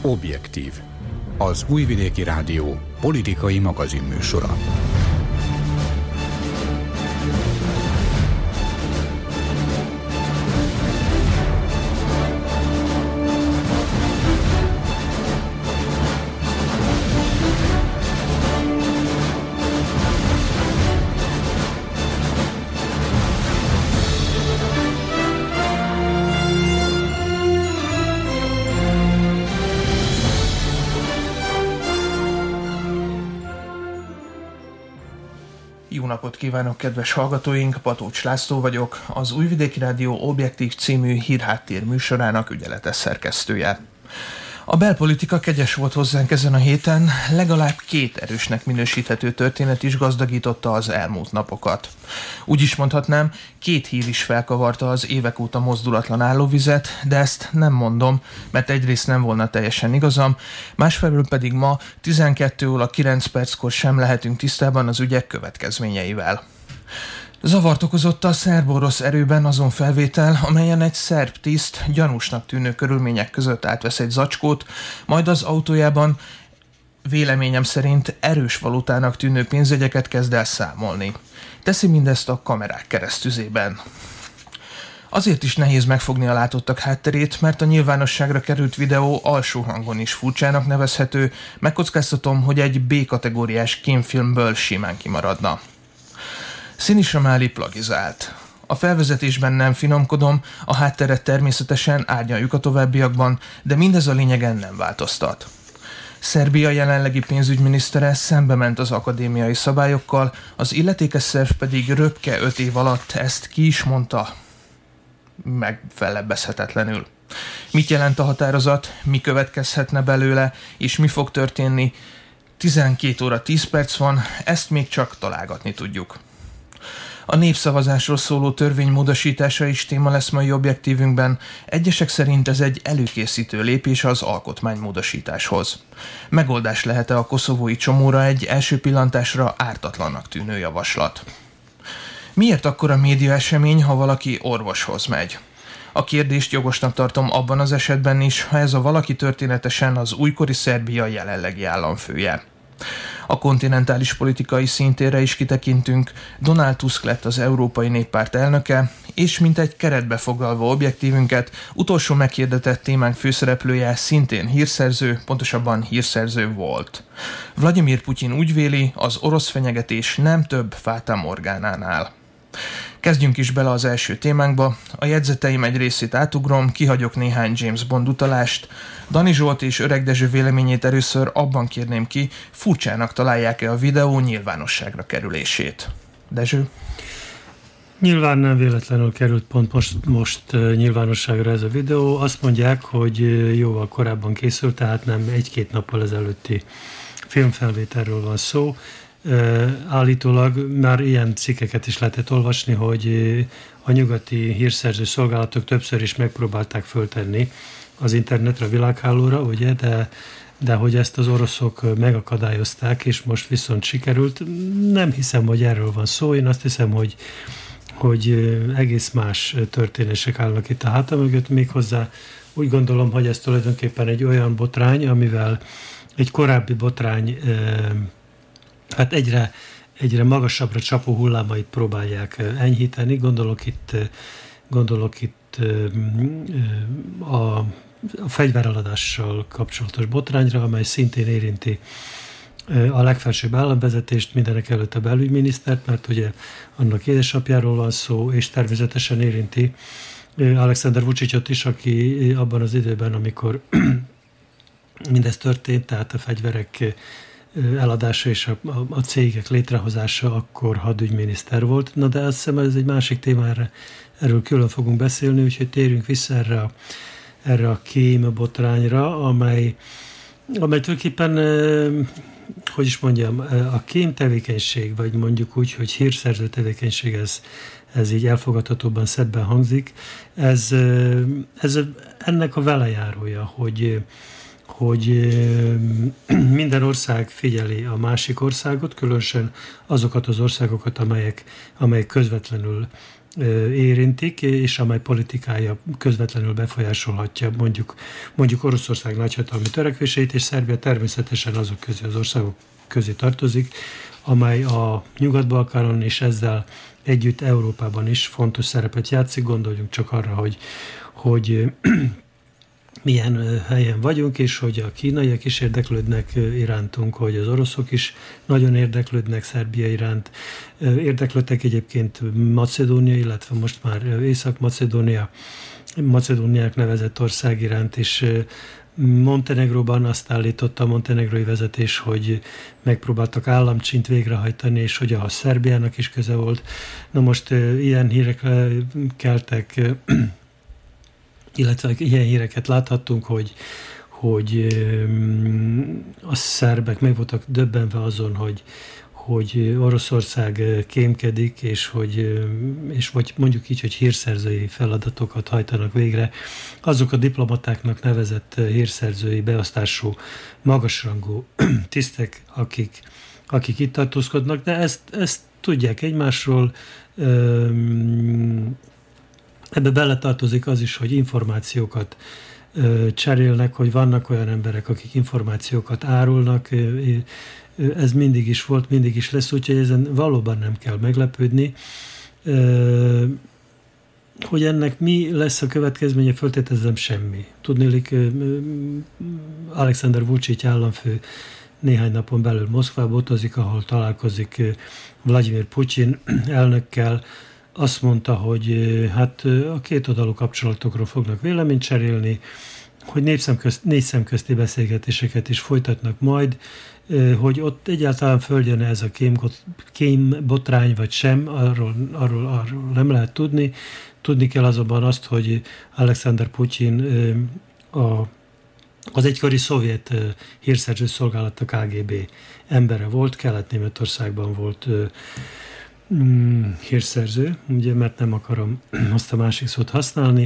Objektív. Az Újvidéki Rádió politikai magazinműsora. Jó napot kívánok, kedves hallgatóink! Patócs László vagyok, az Újvidéki Rádió Objektív című hírháttér műsorának ügyeletes szerkesztője. A belpolitika kegyes volt hozzánk ezen a héten, legalább 2 erősnek minősíthető történet is gazdagította az elmúlt napokat. Úgy is mondhatnám, 2 hír is felkavarta az évek óta mozdulatlan állóvizet, de ezt nem mondom, mert egyrészt nem volna teljesen igazam, másfelől pedig ma 12 óra 9 perckor sem lehetünk tisztában az ügyek következményeivel. Zavart okozott a szerb-orosz erőben azon felvétel, amelyen egy szerb tiszt gyanúsnak tűnő körülmények között átvesz egy zacskót, majd az autójában véleményem szerint erős valutának tűnő pénzjegyeket kezd el számolni. Teszi mindezt a kamerák keresztüzében. Azért is nehéz megfogni a látottak hátterét, mert a nyilvánosságra került videó alsó hangon is furcsának nevezhető, megkockáztatom, hogy egy B-kategóriás kémfilmből simán kimaradna. Sinisha Mali plagizált. A felvezetésben nem finomkodom, a hátteret természetesen árnyaljuk a továbbiakban, de mindez a lényegen nem változtat. Szerbia jelenlegi pénzügyminisztere szembe ment az akadémiai szabályokkal, az illetékes szerv pedig röpke 5 év alatt ezt ki is mondta megfelebbezhetetlenül. Mit jelent a határozat, mi következhetne belőle, és mi fog történni? 12 óra 10 perc van, ezt még csak találgatni tudjuk. A népszavazásról szóló törvény módosítása is téma lesz mai objektívünkben. Egyesek szerint ez egy előkészítő lépés az alkotmánymódosításhoz. Megoldás lehet-e a koszovói csomóra egy első pillantásra ártatlannak tűnő javaslat? Miért akkora média esemény, ha valaki orvoshoz megy? A kérdést jogosnak tartom abban az esetben is, ha ez a valaki történetesen az újkori Szerbia jelenlegi államfője. A kontinentális politikai szintérre is kitekintünk, Donald Tusk lett az Európai Néppárt elnöke, és mint egy keretbe foglalva objektívünket, utolsó meghirdetett témánk főszereplője szintén hírszerző, pontosabban hírszerző volt. Vladimir Putyin úgy véli, az orosz fenyegetés nem több Fata Morgánánál. Kezdjünk is bele az első témánkba. A jegyzeteim egy részét átugrom, kihagyok néhány James Bond utalást. Dani Zsolt és Öreg Dezső véleményét először abban kérném ki, furcsának találják-e a videó nyilvánosságra kerülését. Dezső? Nyilván nem véletlenül került pont most nyilvánosságra ez a videó. Azt mondják, hogy jóval korábban készült, tehát nem 1-2 nappal ezelőtti filmfelvételről van szó. Állítólag már ilyen cikkeket is lehetett olvasni, hogy a nyugati hírszerző szolgálatok többször is megpróbálták föltenni az internetre, a világhálóra, ugye, de hogy ezt az oroszok megakadályozták, és most viszont sikerült. Nem hiszem, hogy erről van szó, én azt hiszem, hogy egész más történések állnak itt a háta mögött, méghozzá úgy gondolom, hogy ez tulajdonképpen egy olyan botrány, amivel egy korábbi botrány hát egyre magasabbra csapó hullámait próbálják enyhíteni. Gondolok itt a fegyvereladással kapcsolatos botrányra, amely szintén érinti a legfelsőbb államvezetést, mindenek előtt a belügyminisztert, mert ugye annak édesapjáról van szó, és természetesen érinti Alexander Vučićot is, aki abban az időben, amikor mindez történt, tehát a fegyverek eladása és a cégek létrehozása, akkor hadügyminiszter volt. Na de azt hiszem, ez egy másik téma, erről külön fogunk beszélni, úgyhogy térjünk vissza erre a kém botrányra, amely tulajdonképpen, hogy is mondjam, a kém tevékenység, vagy mondjuk úgy, hogy hírszerző tevékenység, ez így elfogadhatóban szebben hangzik, ez ennek a velejárója, hogy minden ország figyeli a másik országot, különösen azokat az országokat, amelyek közvetlenül érintik, és amely politikája közvetlenül befolyásolhatja mondjuk Oroszország nagyhatalmi törekvéseit, és Szerbia természetesen azok közé, az országok közé tartozik, amely a Nyugat-Balkánon és ezzel együtt Európában is fontos szerepet játszik. Gondoljunk csak arra, hogy milyen helyen vagyunk, és hogy a kínaiak is érdeklődnek irántunk, hogy az oroszok is nagyon érdeklődnek Szerbia iránt. Érdeklődtek egyébként Macedónia, illetve most már Macedóniák nevezett ország iránt is. Montenegróban azt állította a montenegrói vezetés, hogy megpróbáltak államcsint végrehajtani, és hogy a Szerbiának is köze volt. Na most ilyen hírek keltek, illetve ilyen híreket láthattunk, hogy a szerbek meg voltak döbbenve azon, hogy Oroszország kémkedik, és vagy mondjuk így, hogy hírszerzői feladatokat hajtanak végre. Azok a diplomatáknak nevezett hírszerzői beosztású, magasrangú tisztek, akik itt tartózkodnak, de ezt tudják egymásról. Ebbe beletartozik az is, hogy információkat cserélnek, hogy vannak olyan emberek, akik információkat árulnak. Ez mindig is volt, mindig is lesz, úgyhogy ezen valóban nem kell meglepődni. Hogy ennek mi lesz a következménye, föltételezem semmi. Tudnélik, Alexander Vučić államfő néhány napon belül Moszkvába utazik, ahol találkozik Vladimir Putyin elnökkel. Azt mondta, hogy hát a kétoldalú kapcsolatokról fognak véleményt cserélni, hogy négy szemközti beszélgetéseket is folytatnak majd, hogy ott egyáltalán följön ez a kémbotrány vagy sem, arról nem lehet tudni. Tudni kell azonban azt, hogy Alexander Putyin az egykori szovjet hírszerző szolgálat, a KGB embere volt, Kelet-Németországban volt hírszerző, ugye, mert nem akarom azt a másik szót használni.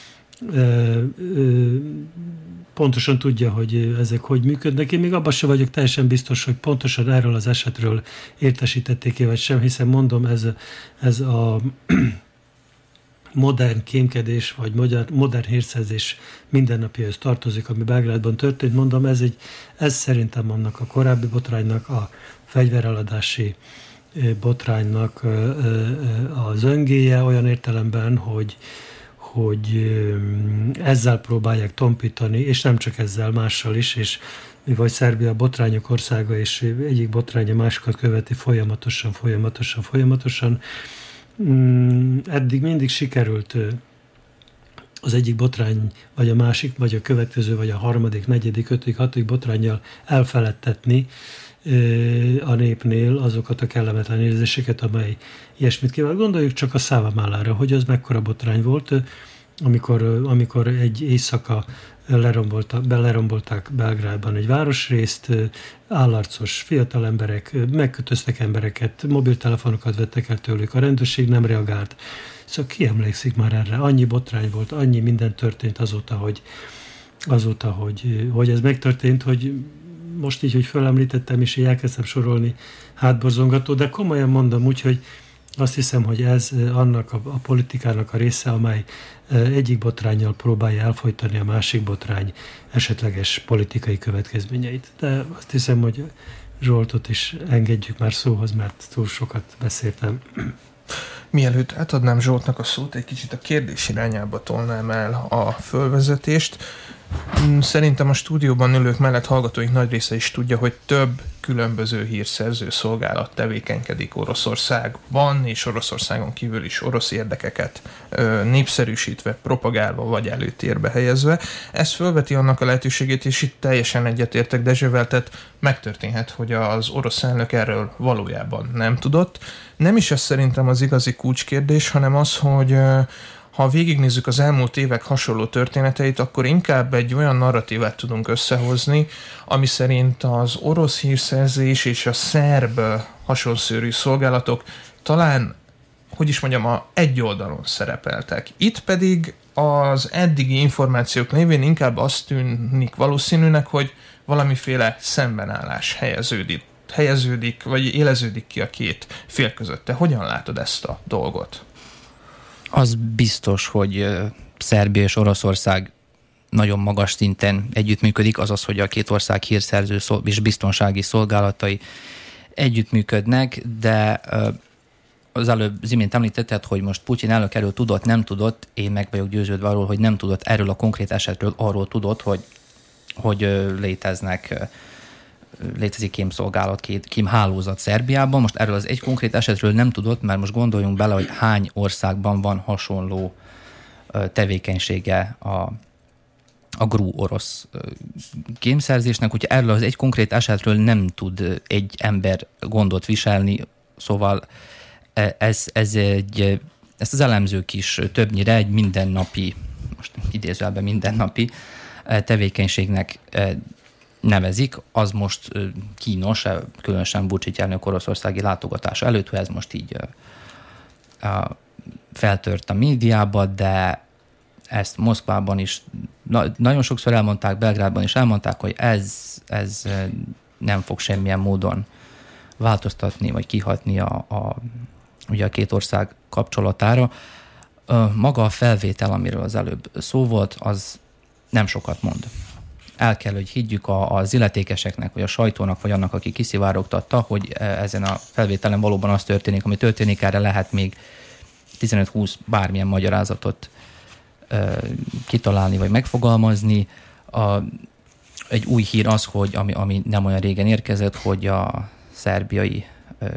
Pontosan tudja, hogy ezek hogy működnek. Én még abban sem vagyok teljesen biztos, hogy pontosan erről az esetről értesítették-e vagy sem, hiszen mondom, ez a modern kémkedés, vagy modern hírszerzés mindennapjához tartozik, ami Belgrádban történt. Mondom, ez szerintem annak a korábbi botránynak, a fegyvereladási botránynak a zöngéje, olyan értelemben, hogy ezzel próbálják tompítani, és nem csak ezzel, mással is, és mivel Szerbia a botrányok országa, és egyik botrány a másikat követi folyamatosan, eddig mindig sikerült az egyik botrány, vagy a másik, vagy a következő, vagy a harmadik, negyedik, ötödik, hatodik botránnyal elfeledtetni a népnél azokat a kellemetlen érzéseket, amely ilyesmit kíván. Gondoljuk csak a Szávamállára, hogy az mekkora botrány volt, amikor egy éjszaka lerombolták Belgrádban egy városrészt, állarcos fiatal emberek, megkötöztek embereket, mobiltelefonokat vettek el tőlük, a rendőrség nem reagált. Szóval ki emlékszik már erre? Annyi botrány volt, annyi minden történt azóta, hogy ez megtörtént, hogy most így, hogy fölemlítettem, és így elkezdtem sorolni, hátborzongató, de komolyan mondom úgy, hogy azt hiszem, hogy ez annak a politikának a része, amely egyik botránnyal próbálja elfojtani a másik botrány esetleges politikai következményeit. De azt hiszem, hogy Zsoltot is engedjük már szóhoz, mert túl sokat beszéltem. Mielőtt átadnám Zsoltnak a szót, egy kicsit a kérdés irányába tolnám el a fölvezetést. Szerintem a stúdióban ülők mellett hallgatóink nagy része is tudja, hogy több különböző hírszerző szolgálat tevékenykedik Oroszországban, és Oroszországon kívül is orosz érdekeket népszerűsítve, propagálva vagy előtérbe helyezve. Ez fölveti annak a lehetőségét, és itt teljesen egyetértek Dezsővel, tehát megtörténhet, hogy az orosz elnök erről valójában nem tudott. Nem is ez szerintem az igazi kulcskérdés, hanem az, hogy ha végignézzük az elmúlt évek hasonló történeteit, akkor inkább egy olyan narratívát tudunk összehozni, ami szerint az orosz hírszerzés és a szerb hasonszörű szolgálatok talán, egy oldalon szerepeltek. Itt pedig az eddigi információk lévén inkább azt tűnik valószínűnek, hogy valamiféle szembenállás helyeződik, vagy éleződik ki a két fél között. Te hogyan látod ezt a dolgot? Az biztos, hogy Szerbia és Oroszország nagyon magas szinten együttműködik, azaz, hogy a két ország hírszerző és biztonsági szolgálatai együttműködnek, de az előbb imént említetted, hogy most Putyin elnök erről tudott, nem tudott, én meg vagyok győződve arról, hogy nem tudott erről a konkrét esetről, arról tudott, hogy létezik kémszolgálat, kémhálózat Szerbiában. Most erről az egy konkrét esetről nem tudott, mert most gondoljunk bele, hogy hány országban van hasonló tevékenysége a GRU orosz kémszerzésnek, hogyha erről az egy konkrét esetről nem tud egy ember gondot viselni, szóval ezt az elemzők is többnyire egy mindennapi, most idézőjelben mindennapi tevékenységnek nevezik, az most kínos, különösen Vučić elnök oroszországi látogatása előtt, hogy ez most így feltört a médiába, de ezt Moszkvában is nagyon sokszor elmondták, Belgrádban is elmondták, hogy ez nem fog semmilyen módon változtatni, vagy kihatni ugye a két ország kapcsolatára. Maga a felvétel, amiről az előbb szó volt, az nem sokat mond. El kell, hogy higgyük az illetékeseknek, vagy a sajtónak, vagy annak, aki kiszivárogtatta, hogy ezen a felvételen valóban az történik, ami történik, erre lehet még 15-20 bármilyen magyarázatot kitalálni, vagy megfogalmazni. Egy új hír az, hogy ami nem olyan régen érkezett, hogy a szerbiai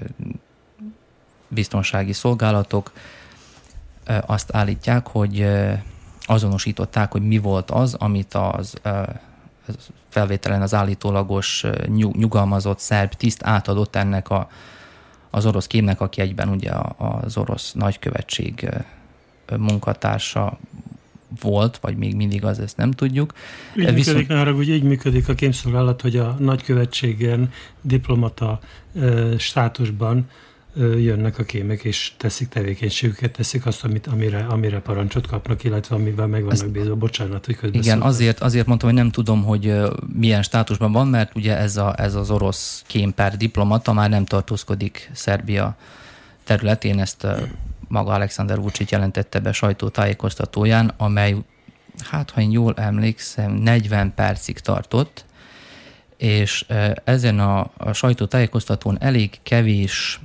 biztonsági szolgálatok azt állítják, hogy azonosították, hogy mi volt az, amit az felvételen az állítólagos nyugalmazott szerb tiszt átadott ennek az orosz kémnek, aki egyben ugye az orosz nagykövetség munkatársa volt, vagy még mindig az, ezt nem tudjuk. Így működik a kémszolgálat, hogy a nagykövetségen diplomata státusban jönnek a kémek, és teszik tevékenységüket, teszik azt, amire parancsot kapnak, illetve amivel meg vannak bízva. Bocsánat, hogy közbeszóltam. Igen, azért mondtam, hogy nem tudom, hogy milyen státusban van, mert ugye ez az orosz kémper diplomata már nem tartózkodik Szerbia területén, ezt maga Alexander Vučić jelentette be sajtótájékoztatóján, amely, hát ha én jól emlékszem, 40 percig tartott, és ezen a sajtótájékoztatón elég kevés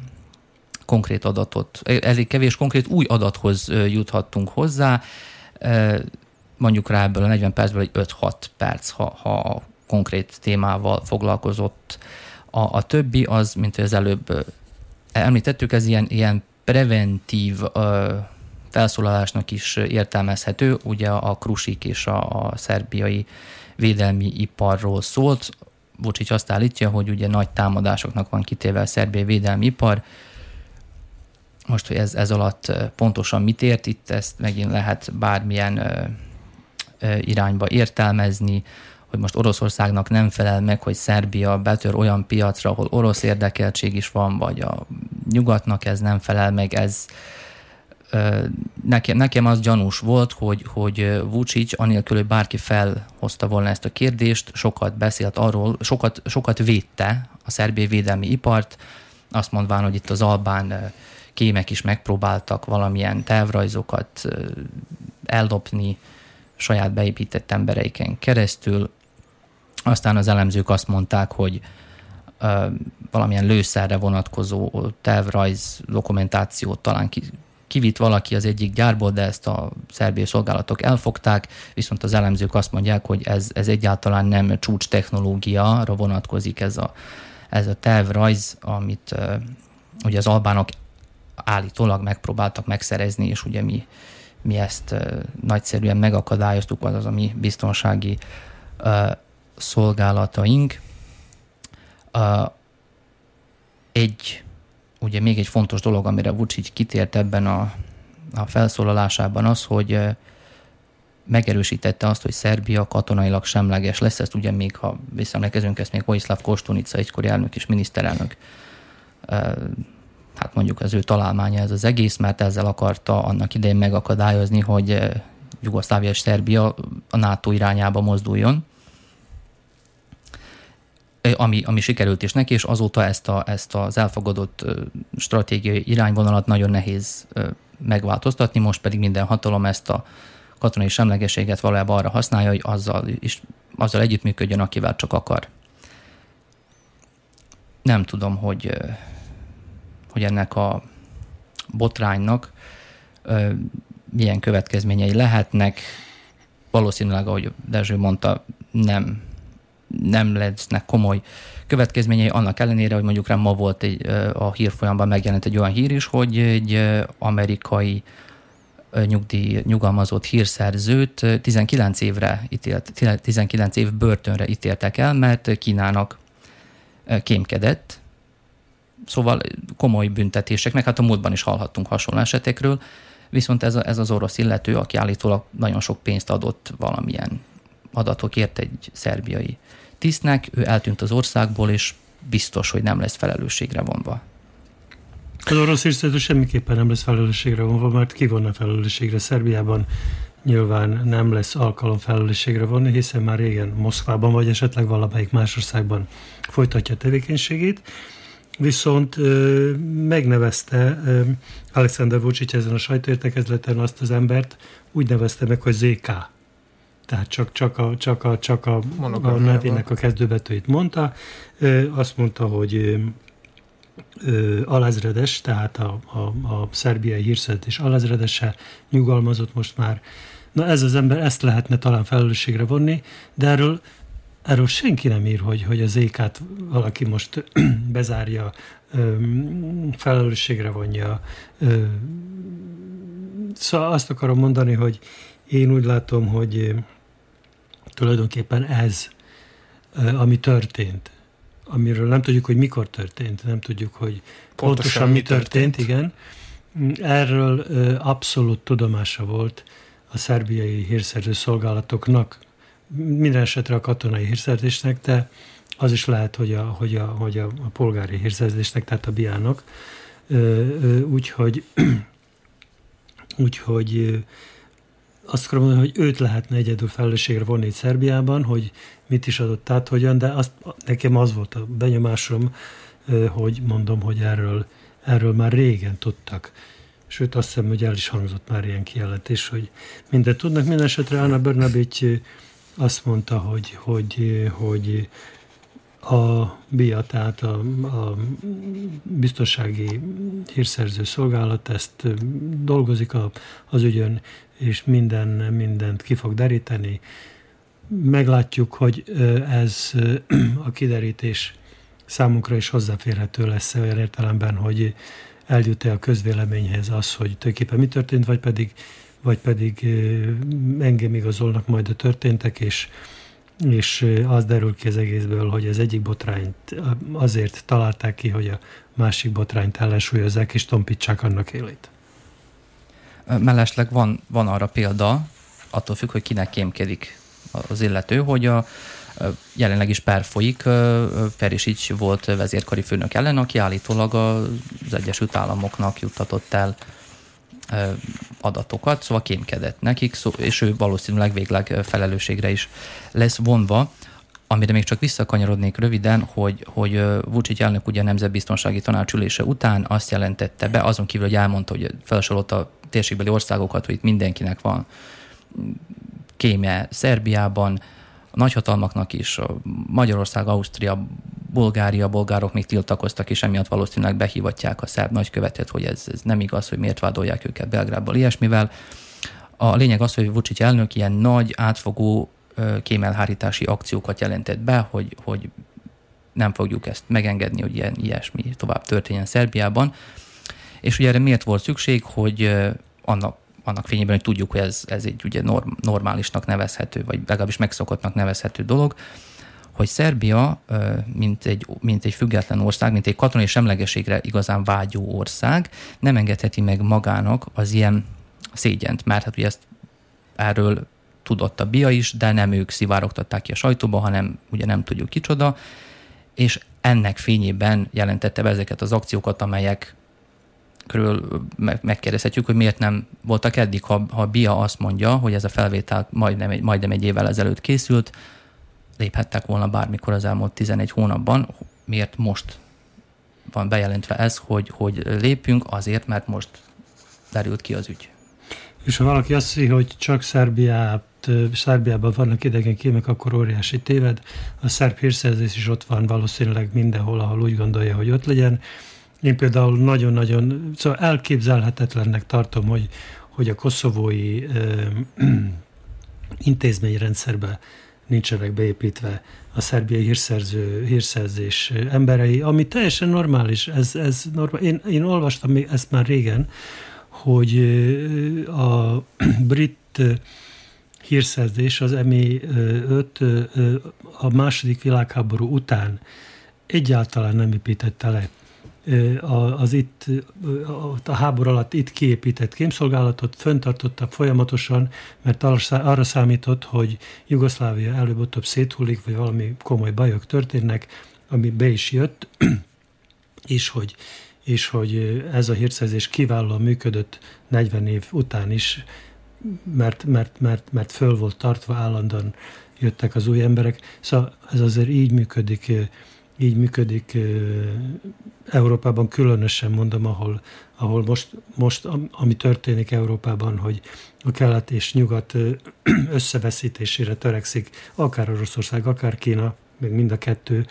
konkrét új adathoz juthattunk hozzá, mondjuk rá ebből a 40 percből egy 5-6 perc, ha konkrét témával foglalkozott. A többi az, mint az előbb említettük, ez ilyen preventív felszólalásnak is értelmezhető, ugye a Krusik és a szerbiai védelmi iparról szólt. Vučić azt állítja, hogy ugye nagy támadásoknak van kitéve a szerbiai védelmi ipar. Most, hogy ez alatt pontosan mit ért, itt ezt megint lehet bármilyen irányba értelmezni, hogy most Oroszországnak nem felel meg, hogy Szerbia betör olyan piacra, ahol orosz érdekeltség is van, vagy a nyugatnak ez nem felel meg. Ez nekem az gyanús volt, hogy Vučić, anélkül, hogy bárki felhozta volna ezt a kérdést, sokat beszélt arról, sokat védte a szerbiai védelmi ipart, azt mondván, hogy itt az albán kémek is megpróbáltak valamilyen tervrajzokat eldobni saját beépített embereiken keresztül. Aztán az elemzők azt mondták, hogy valamilyen lőszerre vonatkozó tervrajz dokumentációt talán kivitt valaki az egyik gyárból, de ezt a szerbiai szolgálatok elfogták, viszont az elemzők azt mondják, hogy ez egyáltalán nem csúcs technológiára vonatkozik ez a tervrajz, amit ugye az albánok állítólag megpróbáltak megszerezni, és ugye mi ezt nagyszerűen megakadályoztuk, az a mi biztonsági szolgálataink. Ugye még egy fontos dolog, amire Vučić kitért ebben a felszólalásában az, hogy megerősítette azt, hogy Szerbia katonailag semleges lesz. Ezt ugye még, ha visszaemlékezünk, ezt még Vojislav Koštunica, egykori elnök és miniszterelnök, hát mondjuk az ő találmánya ez az egész, mert ezzel akarta annak idején megakadályozni, hogy Jugoszlávia és Szerbia a NATO irányába mozduljon, ami sikerült is neki, és azóta ezt az elfogadott stratégiai irányvonalat nagyon nehéz megváltoztatni, most pedig minden hatalom ezt a katonai semlegességet valójában arra használja, hogy azzal együttműködjön, akivel csak akar. Nem tudom, hogy ennek a botránynak milyen következményei lehetnek. Valószínűleg, ahogy Dezső mondta, nem lesznek komoly következményei, annak ellenére, hogy mondjuk rám ma volt a hírfolyamban megjelent egy olyan hír is, hogy egy amerikai nyugalmazott hírszerzőt 19 év börtönre ítéltek el, mert Kínának kémkedett. Szóval komoly büntetéseknek, hát a múltban is hallhattunk hasonló esetekről, viszont ez az orosz illető, aki állítólag nagyon sok pénzt adott valamilyen adatokért egy szerbiai tisztnek, ő eltűnt az országból, és biztos, hogy nem lesz felelősségre vonva. Az orosz hírszerző semmiképpen nem lesz felelősségre vonva, mert ki vonna felelősségre. Szerbiában nyilván nem lesz alkalom felelősségre vonni, hiszen már régen Moszkvában, vagy esetleg valamelyik más országban folytatja tevékenységét. Viszont megnevezte Alexander Vučić ezen a sajtóértekezleten azt az embert, úgy nevezte meg, hogy ZK. Tehát csak a nevének a kezdőbetűit mondta. Azt mondta, hogy alezredes, tehát a szerbiai hírszerzés alezredese nyugalmazott most már. Na ez az ember, ezt lehetne talán felelősségre vonni, de erről senki nem ír, hogy az EK-t valaki most bezárja, felelősségre vonja. Szóval azt akarom mondani, hogy én úgy látom, hogy tulajdonképpen ez, ami történt, amiről nem tudjuk, hogy mikor történt, nem tudjuk, hogy pontosan mi történt, igen. Erről abszolút tudomása volt a szerbiai hírszerző szolgálatoknak, minden esetre a katonai hírszerzésnek, de az is lehet, hogy a polgári hírszerzésnek, tehát a BIA-nak. Úgyhogy azt akarom mondani, hogy őt lehetne egyedül felelősségre vonni itt Szerbiában, hogy mit is adott át, hogyan, de nekem az volt a benyomásom, hogy mondom, hogy erről már régen tudtak. Sőt, azt hiszem, hogy el is hangzott már ilyen kijelentés, hogy mindent tudnak. Minden esetre Ana Brnabić azt mondta, hogy a BIA, tehát a biztonsági hírszerző szolgálat ezt dolgozik az ügyön, és mindent ki fog deríteni. Meglátjuk, hogy ez a kiderítés számunkra is hozzáférhető lesz olyan értelemben, hogy eljut-e a közvéleményhez az, hogy tulajdonképpen mi történt, vagy pedig engem igazolnak majd a történtek, és az derül ki az egészből, hogy az egyik botrányt azért találták ki, hogy a másik botrányt ellensúlyozzák és tompítsák annak élét. Mellesleg van arra példa, attól függ, hogy kinek kémkedik az illető, hogy jelenleg is per folyik, Perisic volt vezérkari főnök ellen, aki állítólag az Egyesült Államoknak juttatott el adatokat, szóval kémkedett nekik, és ő valószínűleg végleg felelősségre is lesz vonva. Amire még csak visszakanyarodnék röviden, hogy Vučić elnök ugye a Nemzetbiztonsági Tanács ülése után azt jelentette be, azon kívül, hogy elmondta, hogy felsorolta a térségbeli országokat, hogy itt mindenkinek van kémje Szerbiában, a nagyhatalmaknak is, Magyarország, Ausztria, Bulgária, bolgárok még tiltakoztak, és emiatt valószínűleg behívatják a szerb nagykövetet, hogy ez nem igaz, hogy miért vádolják őket Belgrádból ilyesmivel. A lényeg az, hogy Vučić elnök ilyen nagy, átfogó kémelhárítási akciókat jelentett be, hogy nem fogjuk ezt megengedni, hogy ilyesmi tovább történjen Szerbiában. És ugye erre miért volt szükség, hogy annak fényében, hogy tudjuk, hogy ez egy ugye normálisnak nevezhető, vagy legalábbis megszokottnak nevezhető dolog, hogy Szerbia, mint egy független ország, mint egy katonai semlegességre igazán vágyó ország, nem engedheti meg magának az ilyen szégyent, mert hát ugye erről tudott a BIA is, de nem ők szivárogtatták ki a sajtóba, hanem ugye nem tudjuk kicsoda, és ennek fényében jelentette be ezeket az akciókat, amelyek körül megkérdezhetjük, hogy miért nem voltak eddig, ha a BIA azt mondja, hogy ez a felvétel majdnem egy évvel ezelőtt készült, léphettek volna bármikor az elmúlt 11 hónapban, miért most van bejelentve ez, hogy lépjünk, azért, mert most derült ki az ügy. És ha valaki azt hiszi, hogy csak Szerbiában vannak idegen kémek, akkor óriási téved. A szerb hírszerzés is ott van valószínűleg mindenhol, ahol úgy gondolja, hogy ott legyen. Én például nagyon-nagyon, szóval elképzelhetetlennek tartom, hogy a koszovói intézményrendszerbe nincsenek beépítve a szerbiai hírszerzés emberei, ami teljesen normális. Ez normál. Én olvastam ezt már régen, hogy a brit hírszerzés, az MI5 a második világháború után egyáltalán nem építette le a háború alatt itt kiépített kémszolgálatot, fenntartotta folyamatosan, mert arra számított, hogy Jugoszlávia előbb-utóbb széthullik, vagy valami komoly bajok történnek, ami be is jött, és hogy ez a hírszerzés kiválóan működött 40 év után is, mert föl volt tartva, állandóan jöttek az új emberek. Szóval ez azért így működik Európában, különösen mondom, ahol most ami történik Európában, hogy a kelet és nyugat összeveszítésére törekszik, akár Oroszország, akár Kína, meg mind a kettő,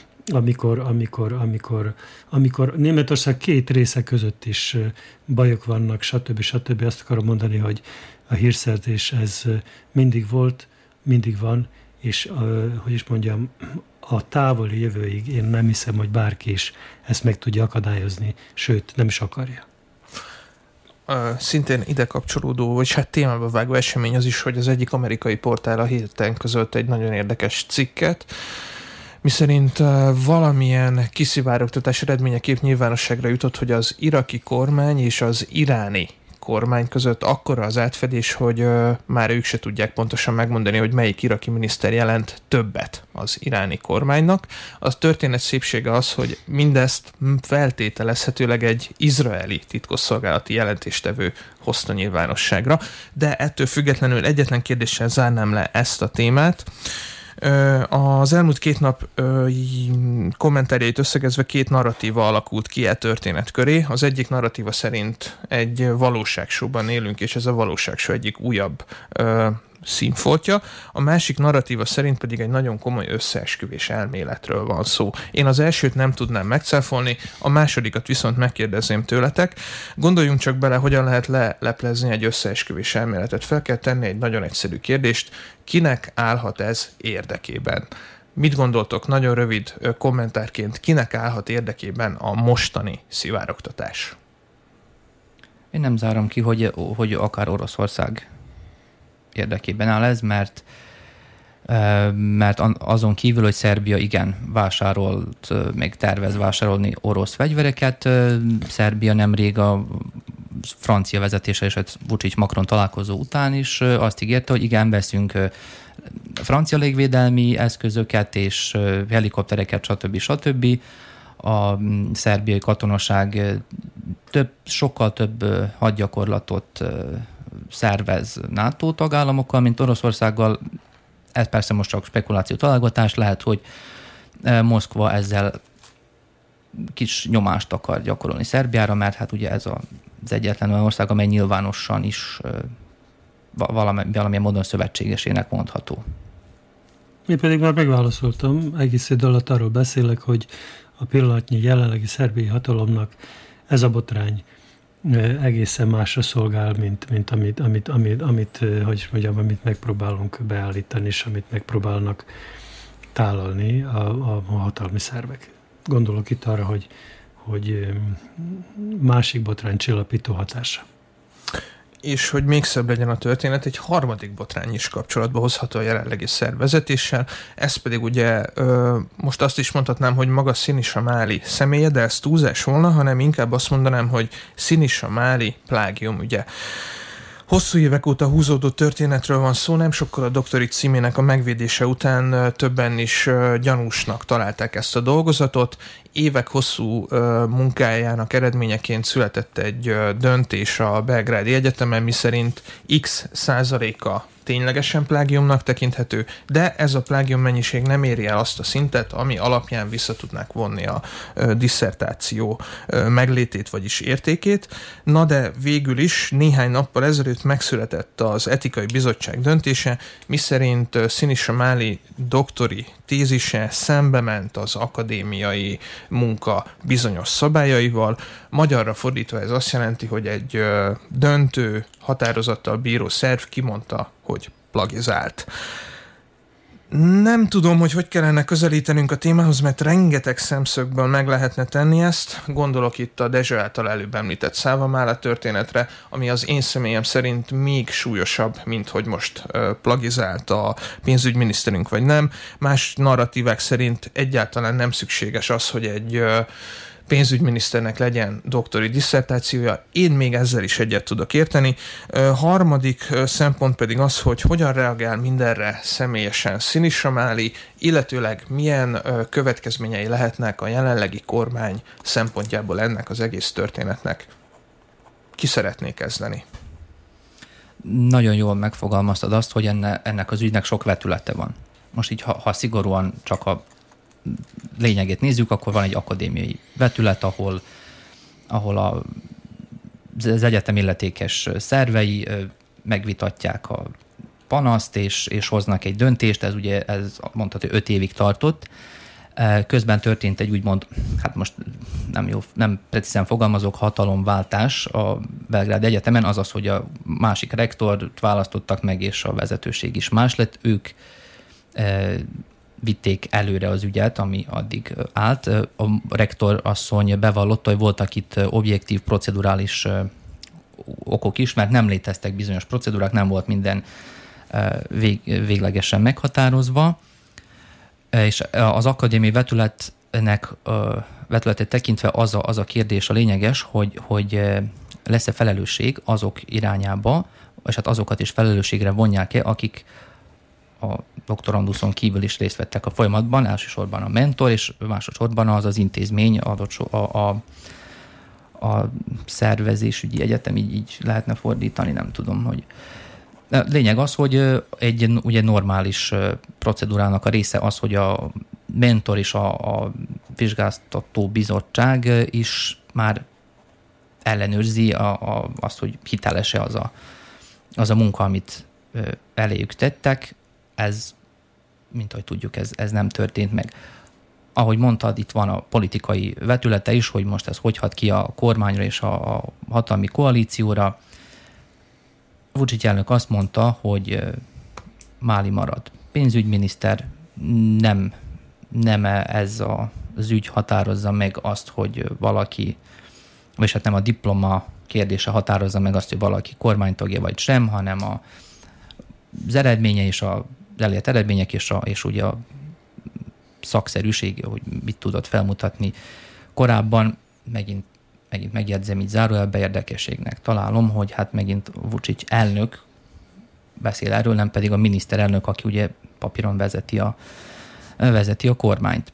amikor Németország két része között is bajok vannak, stb. Azt akarom mondani, hogy a hírszerzés ez mindig volt, mindig van, és hogy is mondjam, a távoli jövőig én nem hiszem, hogy bárki is ezt meg tudja akadályozni, sőt, nem is akarja. Szintén ide kapcsolódó, vagy hát témába vágó esemény az is, hogy az egyik amerikai portál a héten közölt egy nagyon érdekes cikket, miszerint valamilyen kiszivárogtatás eredményeképp nyilvánosságra jutott, hogy az iraki kormány és az iráni kormány között akkora az átfedés, hogy már ők se tudják pontosan megmondani, hogy melyik iraki miniszter jelent többet az iráni kormánynak. A történet szépsége az, hogy mindezt feltételezhetőleg egy izraeli titkosszolgálati jelentéstevő hozta nyilvánosságra, de ettől függetlenül egyetlen kérdéssel zárnám le ezt a témát. Az elmúlt 2 nap kommentárjait összegezve 2 narratíva alakult ki történet köré. Az egyik narratíva szerint egy valóságsóban élünk, és ez a valóságsó egyik újabb színfoltja. A másik narratíva szerint pedig egy nagyon komoly összeesküvés elméletről van szó. Én az elsőt nem tudnám megcáfolni, a másodikat viszont megkérdezném tőletek. Gondoljunk csak bele, hogyan lehet leleplezni egy összeesküvés elméletet. Fel kell tenni egy nagyon egyszerű kérdést, kinek állhat ez érdekében? Mit gondoltok nagyon rövid kommentárként, kinek állhat érdekében a mostani szivárogtatás? Én nem zárom ki, hogy akár Oroszország érdekében áll ez, mert azon kívül, hogy Szerbia igen vásárolt, még tervez vásárolni orosz fegyvereket, Szerbia nemrég a francia vezetése és a Vučić-Macron találkozó után is azt ígérte, hogy igen, veszünk francia légvédelmi eszközöket és helikoptereket, stb. A szerbiai katonaság sokkal több hadgyakorlatot szervez NATO tagállamokkal, mint Oroszországgal. Ez persze most csak spekuláció, találgatás. Lehet, hogy Moszkva ezzel kis nyomást akar gyakorolni Szerbiára, mert hát ugye ez az egyetlen olyan ország, amely nyilvánosan is valamilyen módon szövetségesének mondható. Én pedig már megválaszoltam, egész idő alatt arról beszélek, hogy a pillanatnyi jelenlegi szerbiai hatalomnak ez a botrány egészen másra szolgál, mint amit megpróbálunk beállítani, és amit megpróbálnak tálalni a hatalmi szervek. Gondolok itt arra, hogy másik botrány csillapító hatása. És hogy még szebb legyen a történet, egy harmadik botrány is kapcsolatba hozható a jelenlegi szervezetéssel. Ez pedig ugye, most azt is mondhatnám, hogy maga Sinisa Máli személye, de ez túlzás volna, hanem inkább azt mondanám, hogy Sinisa Máli plágium ügye. Hosszú évek óta húzódó történetről van szó, nem sokkal a doktori címének a megvédése után többen is gyanúsnak találták ezt a dolgozatot. Évek hosszú munkájának eredményeként született egy döntés a Belgrádi Egyetemen, miszerint X% ténylegesen plágiumnak tekinthető, de ez a plágium mennyiség nem éri el azt a szintet, ami alapján vissza tudnák vonni a disszertáció meglétét, vagyis értékét. Na de végül is néhány nappal ezelőtt megszületett az etikai bizottság döntése, miszerint Sinisha Mali doktori tézise szembe ment az akadémiai munka bizonyos szabályaival. Magyarra fordítva ez azt jelenti, hogy egy döntő határozattal bíró szerv kimondta, hogy plagizált. Nem tudom, hogy kellene közelítenünk a témához, mert rengeteg szemszögből meg lehetne tenni ezt. Gondolok itt a Dezső által előbb említett Szávamálá történetre, ami az én személyem szerint még súlyosabb, mint hogy most plagizált a pénzügyminiszterünk vagy nem. Más narratívák szerint egyáltalán nem szükséges az, hogy egy pénzügyminiszternek legyen doktori disszertációja. Én még ezzel is egyet tudok érteni. Harmadik szempont pedig az, hogy hogyan reagál mindenre személyesen Sinisha Mali, illetőleg milyen következményei lehetnek a jelenlegi kormány szempontjából ennek az egész történetnek. Ki szeretné kezdeni? Nagyon jól megfogalmaztad azt, hogy ennek az ügynek sok vetülete van. Most így, ha szigorúan csak a lényegét nézzük, akkor van egy akadémiai vetület, ahol az egyetem illetékes szervei megvitatják a panaszt, és hoznak egy döntést, ez mondható 5 évig tartott. Közben történt egy úgymond, hát most nem precízen fogalmazok, hatalomváltás a Belgrád Egyetemen, azaz, hogy a másik rektort választottak meg, és a vezetőség is más lett. Ők vitték előre az ügyet, ami addig állt. A rektor asszony bevallotta, hogy voltak itt objektív, procedurális okok is, mert nem léteztek bizonyos procedúrák, nem volt minden véglegesen meghatározva, és az akadémiai vetületet tekintve az a kérdés a lényeges, hogy lesz-e felelősség azok irányába, és hát azokat is felelősségre vonják-e, akik a doktoranduszon kívül is részt vettek a folyamatban, elsősorban a mentor, és másodszorban az intézmény, a szervezésügyi egyetem, így lehetne fordítani, nem tudom, hogy. Lényeg az, hogy egy ugye normális procedúrának a része az, hogy a mentor és a vizsgáztató bizottság is már ellenőrzi azt, hogy hiteles-e az a munka, amit eléjük tettek. Ez, mint ahogy tudjuk, ez nem történt meg. Ahogy mondtad, itt van a politikai vetülete is, hogy most ez hogy hat ki a kormányra és a hatalmi koalícióra. Vučić elnök azt mondta, hogy Mali marad pénzügyminiszter, nem ez az ügy határozza meg azt, hogy valaki, vagy hát nem a diploma kérdése határozza meg azt, hogy valaki kormánytagja vagy sem, hanem az eredménye és az elért eredmények és ugye a szakszerűség, hogy mit tudott felmutatni korábban, megint megjegyzem így zárójelbe, érdekességnek találom, hogy hát megint Vučić elnök beszél erről, nem pedig a miniszterelnök, aki ugye papíron vezeti a kormányt.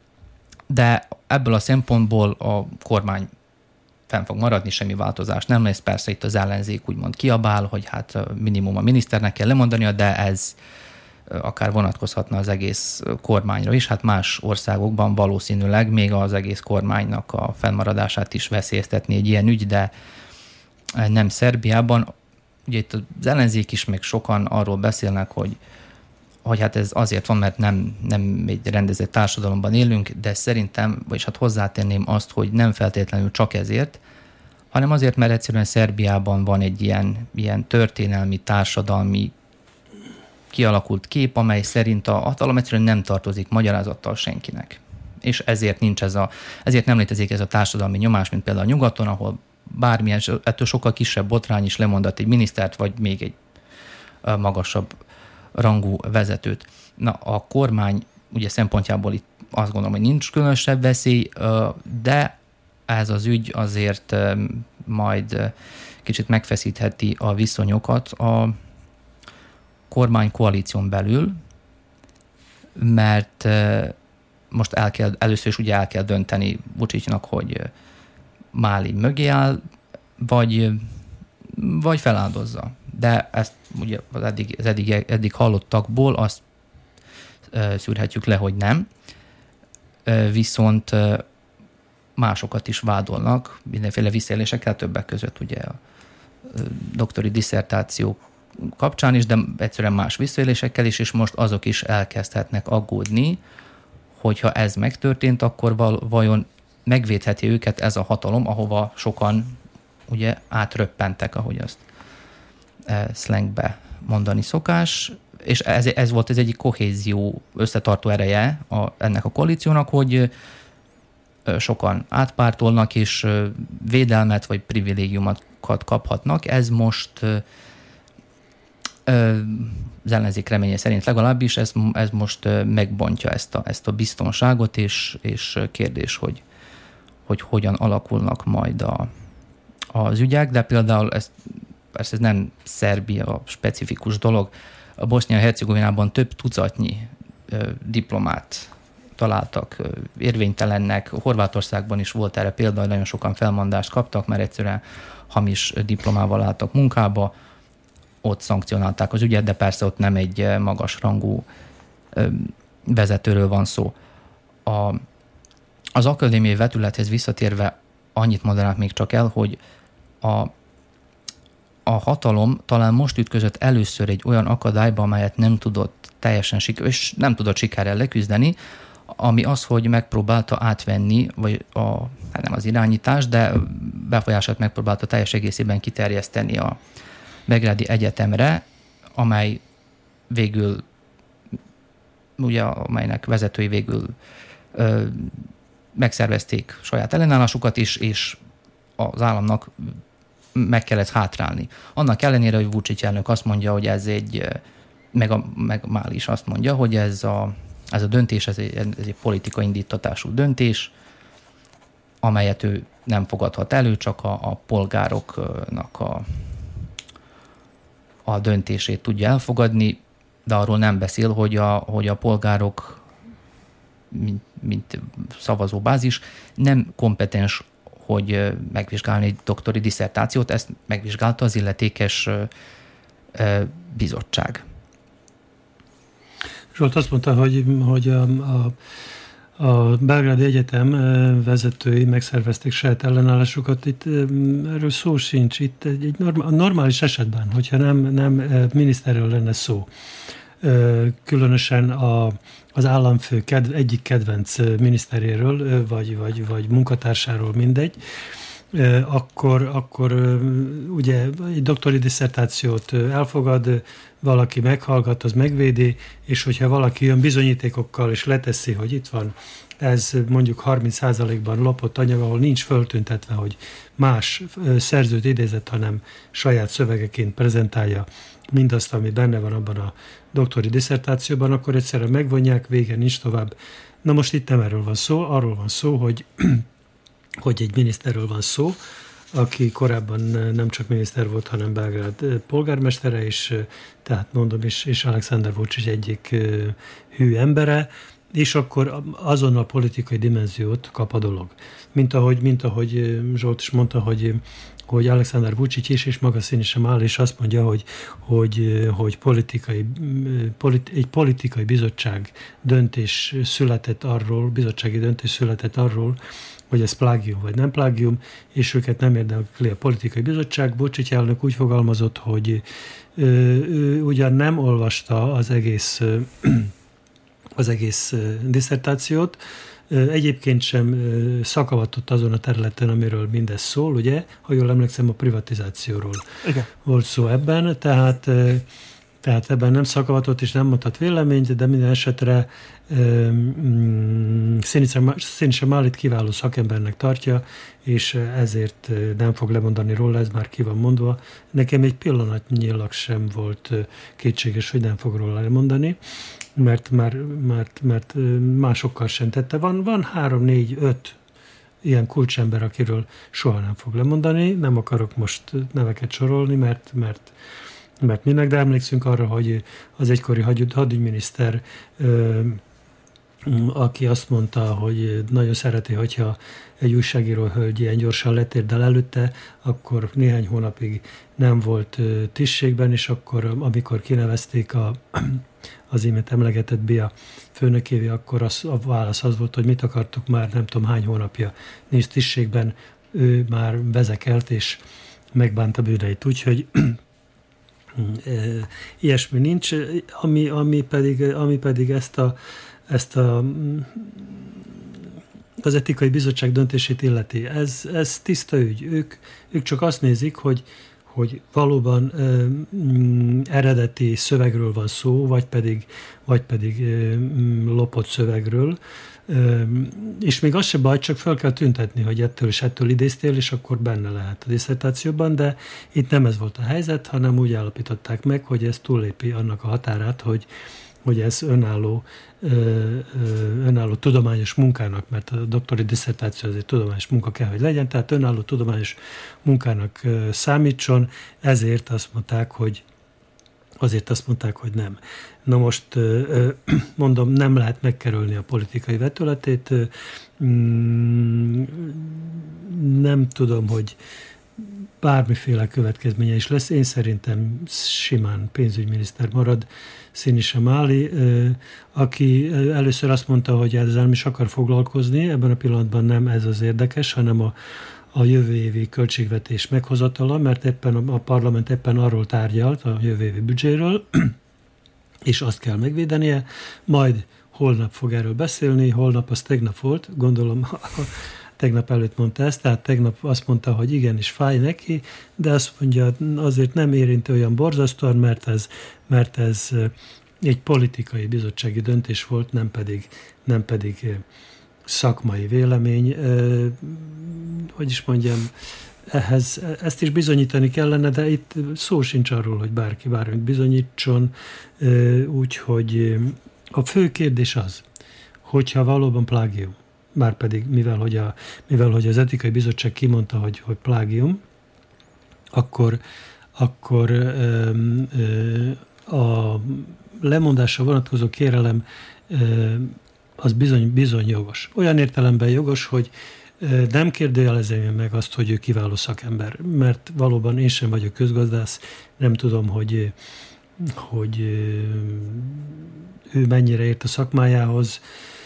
De ebből a szempontból a kormány fenn fog maradni, semmi változás nem lesz. Persze itt az ellenzék úgymond kiabál, hogy hát minimum a miniszternek kell lemondania, de ez akár vonatkozhatna az egész kormányra is. Hát más országokban valószínűleg még az egész kormánynak a fennmaradását is veszélyeztetni egy ilyen ügy, de nem Szerbiában. Ugye itt az ellenzék is, meg sokan arról beszélnek, hogy hát ez azért van, mert nem egy rendezett társadalomban élünk, de szerintem, vagyis hát hozzátenném azt, hogy nem feltétlenül csak ezért, hanem azért, mert egyszerűen Szerbiában van egy ilyen történelmi, társadalmi kialakult kép, amely szerint a hatalom egyszerűen nem tartozik magyarázattal senkinek. És ezért ezért nem létezik ez a társadalmi nyomás, mint például a nyugaton, ahol bármilyen, ettől sokkal kisebb botrány is lemondat egy minisztert, vagy még egy magasabb rangú vezetőt. Na, a kormány ugye szempontjából itt azt gondolom, hogy nincs különösebb veszély, de ez az ügy azért majd kicsit megfeszítheti a viszonyokat a kormány koalíción belül, mert most először is ugye el kell dönteni Vučićnak, hogy Mali mögé áll, vagy feláldozza. de ezt ugye az eddig hallottakból azt szűrhetjük le, hogy nem. Viszont másokat is vádolnak mindenféle visszaélésekkel, többek között ugye a doktori disszertáció kapcsán is, de egyszerűen más visszaélésekkel is, és most azok is elkezdhetnek aggódni, hogyha ez megtörtént, akkor vajon megvédheti őket ez a hatalom, ahova sokan ugye átröppentek, ahogy azt szlengbe mondani szokás, és ez volt az egyik kohézió összetartó ereje ennek a koalíciónak, hogy sokan átpártolnak, és védelmet vagy privilégiumokat kaphatnak. Ez most az ellenzék reménye szerint legalábbis ez most megbontja ezt a biztonságot, és kérdés, hogy hogyan alakulnak majd az ügyek, de például ez nem Szerbia specifikus dolog. A Bosznia-Hercegovinában több tucatnyi diplomát találtak érvénytelennek. Horvátországban is volt erre példa, hogy nagyon sokan felmondást kaptak, mert egyszerűen hamis diplomával álltak munkába. Ott szankcionálták az ügyet, de persze ott nem egy magas rangú vezetőről van szó. Az akadémiai vetülethez visszatérve annyit mondanák még csak el, hogy a hatalom talán most ütközött először egy olyan akadályba, amelyet nem tudott teljesen és nem tudott sikerrel leküzdeni, ami az, hogy megpróbálta átvenni, vagy nem az irányítás, de befolyását megpróbálta teljes egészében kiterjeszteni a Belgrádi Egyetemre, amely végül, ugye, amelynek vezetői végül megszervezték saját ellenállásukat is, és az államnak meg kellett hátrálni. Annak ellenére, hogy Vučić elnök azt mondja, hogy ez meg Mál is azt mondja, hogy ez a döntés, ez egy politikai indítatású döntés, amelyet ő nem fogadhat elő, csak a polgároknak a döntését tudja elfogadni, de arról nem beszél, hogy a polgárok, mint szavazóbázis, nem kompetens, hogy megvizsgálni egy doktori disszertációt, ezt megvizsgálta az illetékes bizottság. Zsolt azt mondta, hogy a Belgrádi Egyetem vezetői megszervezték saját ellenállásukat. Itt erről szó sincs. Itt egy normális esetben, hogyha nem miniszterről lenne szó, különösen az államfő egyik kedvenc miniszteréről, vagy munkatársáról, mindegy, akkor ugye egy doktori disszertációt elfogad, valaki meghallgat, az megvédi, és hogyha valaki jön bizonyítékokkal, és leteszi, hogy itt van, ez mondjuk 30%-ban lopott anyag, ahol nincs föltüntetve, hogy más szerzőt idézett, hanem saját szövegeként prezentálja mindazt, ami benne van abban a doktori disszertációban, akkor egyszerűen megvonják, vége, nincs tovább. Na most itt nem erről van szó, arról van szó, hogy egy miniszterről van szó, aki korábban nem csak miniszter volt, hanem Belgrád polgármestere is, tehát mondom, és Alexander Vučić egyik hű embere, és akkor azonnal politikai dimenziót kap a dolog. Mint ahogy Zsolt is mondta, hogy Alexander Vučić is, és maga Sinisa Mál is azt mondja, hogy egy politikai bizottság döntés született arról, hogy ez plágium vagy nem plágium, és őket nem érdekli a politikai bizottság. Vučić elnök úgy fogalmazott, hogy ő ugyan nem olvasta az egész disszertációt, egyébként sem szakavatott azon a területen, amiről mindez szól, ugye, ha jól emlékszem, a privatizációról volt szó ebben, tehát ebben nem szakavatott és nem mondhat véleményt, de minden esetre Sinisa Málit kiváló szakembernek tartja, és ezért nem fog lemondani róla, ez már ki van mondva. Nekem egy pillanatnyilag sem volt kétséges, hogy nem fog róla lemondani, mert másokkal sem tette. Van 3, 4, 5 ilyen kulcsember, akiről soha nem fog lemondani. Nem akarok most neveket sorolni, mert minek, de emlékszünk arra, hogy az egykori hadügyminiszter aki azt mondta, hogy nagyon szereti, hogyha egy újságíró hölgy ilyen gyorsan letérdel előtte, akkor néhány hónapig nem volt tisztségben, és akkor, amikor kinevezték az imént emlegetett BIA főnökévé, akkor a válasz az volt, hogy mit akartuk már, nem tudom hány hónapja nincs tisztségben, ő már vezekelt, és megbánta bűneit. Úgyhogy ilyesmi nincs, ami pedig az etikai bizottság döntését illeti. Ez tiszta ügy. Ők csak azt nézik, hogy valóban eredeti szövegről van szó, vagy pedig lopott szövegről. És még az se baj, csak fel kell tüntetni, hogy ettől és ettől idéztél, és akkor benne lehet a diszertációban, de itt nem ez volt a helyzet, hanem úgy állapították meg, hogy ez túllépi annak a határát, hogy ez önálló tudományos munkának, mert a doktori diszertáció az egy tudományos munka kell, hogy legyen, tehát önálló tudományos munkának számítson, ezért azt mondták, hogy nem. Na most mondom, nem lehet megkerülni a politikai vetületét, nem tudom, hogy bármiféle következménye is lesz. Én szerintem simán pénzügyminiszter marad Sinisa Mali, aki először azt mondta, hogy ezzel nem is akar foglalkozni, ebben a pillanatban nem ez az érdekes, hanem a jövő évi költségvetés meghozatala, mert éppen a parlament éppen arról tárgyalt, a jövő évi büdzséről, és azt kell megvédenie, majd holnap fog erről beszélni, holnap az tegnap volt, gondolom tegnap előtt mondta ezt, tehát tegnap azt mondta, hogy igenis fáj neki, de azt mondja, azért nem érinti olyan borzasztóan, mert ez egy politikai bizottsági döntés volt, nem pedig szakmai vélemény. Hogy is mondjam, ezt is bizonyítani kellene, de itt szó sincs arról, hogy bárki bármit bizonyítson, úgyhogy a fő kérdés az, hogyha valóban plágium, márpedig mivel hogy az etikai bizottság kimondta, hogy plágium, akkor a lemondásra vonatkozó kérelem az bizony jogos. Olyan értelemben jogos, hogy nem kérdőjelezem meg azt, hogy ő kiváló szakember, mert valóban én sem vagyok közgazdász, nem tudom, hogy ő mennyire ért a szakmájához.